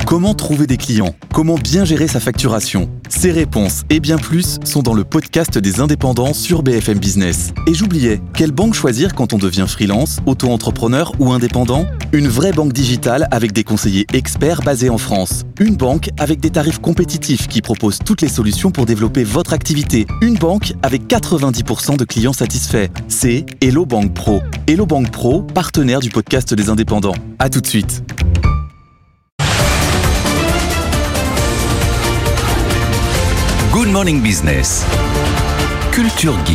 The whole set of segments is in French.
Comment trouver des clients? Comment bien gérer sa facturation? Ces réponses et bien plus sont dans le podcast des indépendants sur BFM Business. Et j'oubliais, quelle banque choisir quand on devient freelance, auto-entrepreneur ou indépendant? Une vraie banque digitale avec des conseillers experts basés en France. Une banque avec des tarifs compétitifs qui propose toutes les solutions pour développer votre activité. Une banque avec 90% de clients satisfaits. C'est Hello Bank Pro. Hello Bank Pro, partenaire du podcast des indépendants. À tout de suite. Good Morning Business. Culture Geek.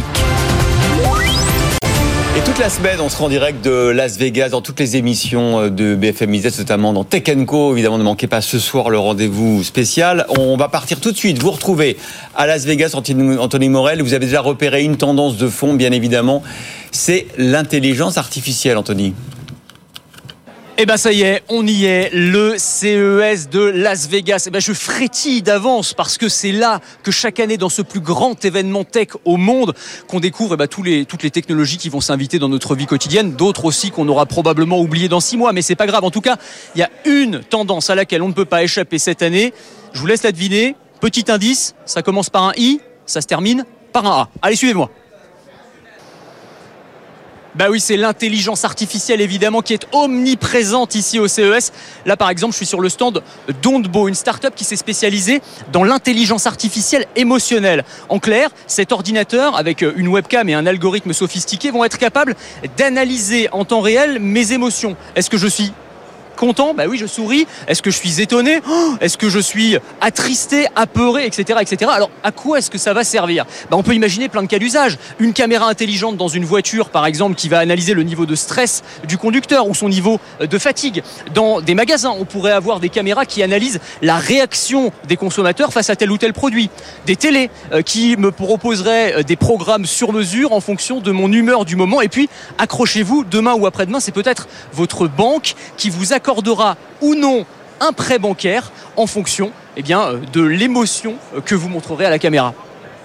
Et toute la semaine, on sera en direct de Las Vegas dans toutes les émissions de BFM Business, notamment dans Tech & Co. Évidemment, ne manquez pas ce soir le rendez-vous spécial. On va partir tout de suite. Vous retrouvez à Las Vegas Anthony Morel. Vous avez déjà repéré une tendance de fond, bien évidemment. C'est l'intelligence artificielle, Anthony. Eh ben ça y est, on y est, le CES de Las Vegas. Eh ben je frétille d'avance parce que c'est là que chaque année, dans ce plus grand événement tech au monde, qu'on découvre toutes les technologies qui vont s'inviter dans notre vie quotidienne, d'autres aussi qu'on aura probablement oubliées dans 6 mois, mais c'est pas grave. En tout cas, il y a une tendance à laquelle on ne peut pas échapper cette année. Je vous laisse la deviner. Petit indice, ça commence par un I, ça se termine par un A. Allez, suivez-moi. Bah oui, c'est l'intelligence artificielle évidemment qui est omniprésente ici au CES. Là par exemple, je suis sur le stand d'Ondbo, une start-up qui s'est spécialisée dans l'intelligence artificielle émotionnelle. En clair, cet ordinateur avec une webcam et un algorithme sophistiqué vont être capables d'analyser en temps réel mes émotions. Est-ce que je suis content? Bah oui, je souris. Est-ce que je suis étonné? Est-ce que je suis attristé, apeuré, etc., etc. Alors, à quoi est-ce que ça va servir? On peut imaginer plein de cas d'usage. Une caméra intelligente dans une voiture, par exemple, qui va analyser le niveau de stress du conducteur ou son niveau de fatigue. Dans des magasins, on pourrait avoir des caméras qui analysent la réaction des consommateurs face à tel ou tel produit. Des télés qui me proposeraient des programmes sur mesure en fonction de mon humeur du moment. Et puis, accrochez-vous, demain ou après-demain, c'est peut-être votre banque qui vous accordera ou non un prêt bancaire en fonction de l'émotion que vous montrerez à la caméra.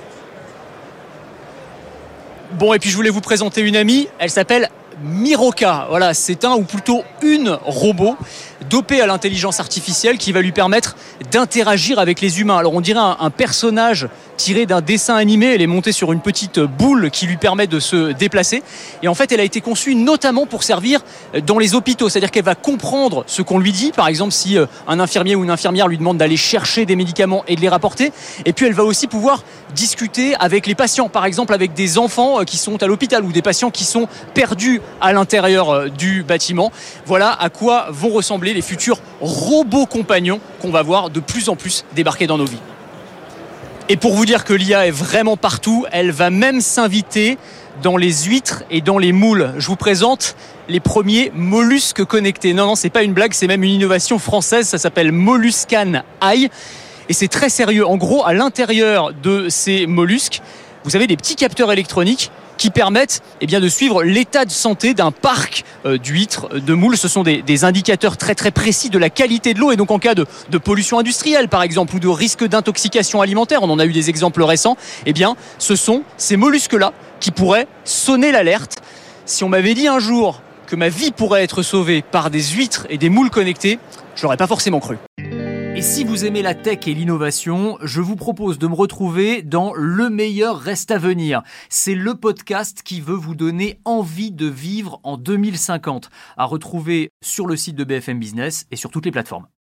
Bon, et puis je voulais vous présenter une amie, elle s'appelle Miroka. Voilà, c'est un ou plutôt une robot dopée à l'intelligence artificielle qui va lui permettre d'interagir avec les humains. Alors on dirait un personnage tiré d'un dessin animé. Elle est montée sur une petite boule qui lui permet de se déplacer. Et en fait, elle a été conçue notamment pour servir dans les hôpitaux. C'est-à-dire qu'elle va comprendre ce qu'on lui dit. Par exemple, si un infirmier ou une infirmière lui demande d'aller chercher des médicaments et de les rapporter. Et puis, elle va aussi pouvoir discuter avec les patients. Par exemple, avec des enfants qui sont à l'hôpital ou des patients qui sont perdus à l'intérieur du bâtiment. Voilà à quoi vont ressembler les futurs robots compagnons qu'on va voir de plus en plus débarquer dans nos vies. Et pour vous dire que l'IA est vraiment partout, elle va même s'inviter dans les huîtres et dans les moules. Je vous présente les premiers mollusques connectés. Non, c'est pas une blague, c'est même une innovation française, ça s'appelle Molluscan AI. Et c'est très sérieux. En gros, à l'intérieur de ces mollusques, vous avez des petits capteurs électroniques qui permettent de suivre l'état de santé d'un parc d'huîtres, de moules. Ce sont des indicateurs très très précis de la qualité de l'eau et donc en cas de pollution industrielle par exemple ou de risque d'intoxication alimentaire, on en a eu des exemples récents, ce sont ces mollusques-là qui pourraient sonner l'alerte. Si on m'avait dit un jour que ma vie pourrait être sauvée par des huîtres et des moules connectés, je l'aurais pas forcément cru. Et si vous aimez la tech et l'innovation, je vous propose de me retrouver dans Le meilleur reste à venir. C'est le podcast qui veut vous donner envie de vivre en 2050, à retrouver sur le site de BFM Business et sur toutes les plateformes.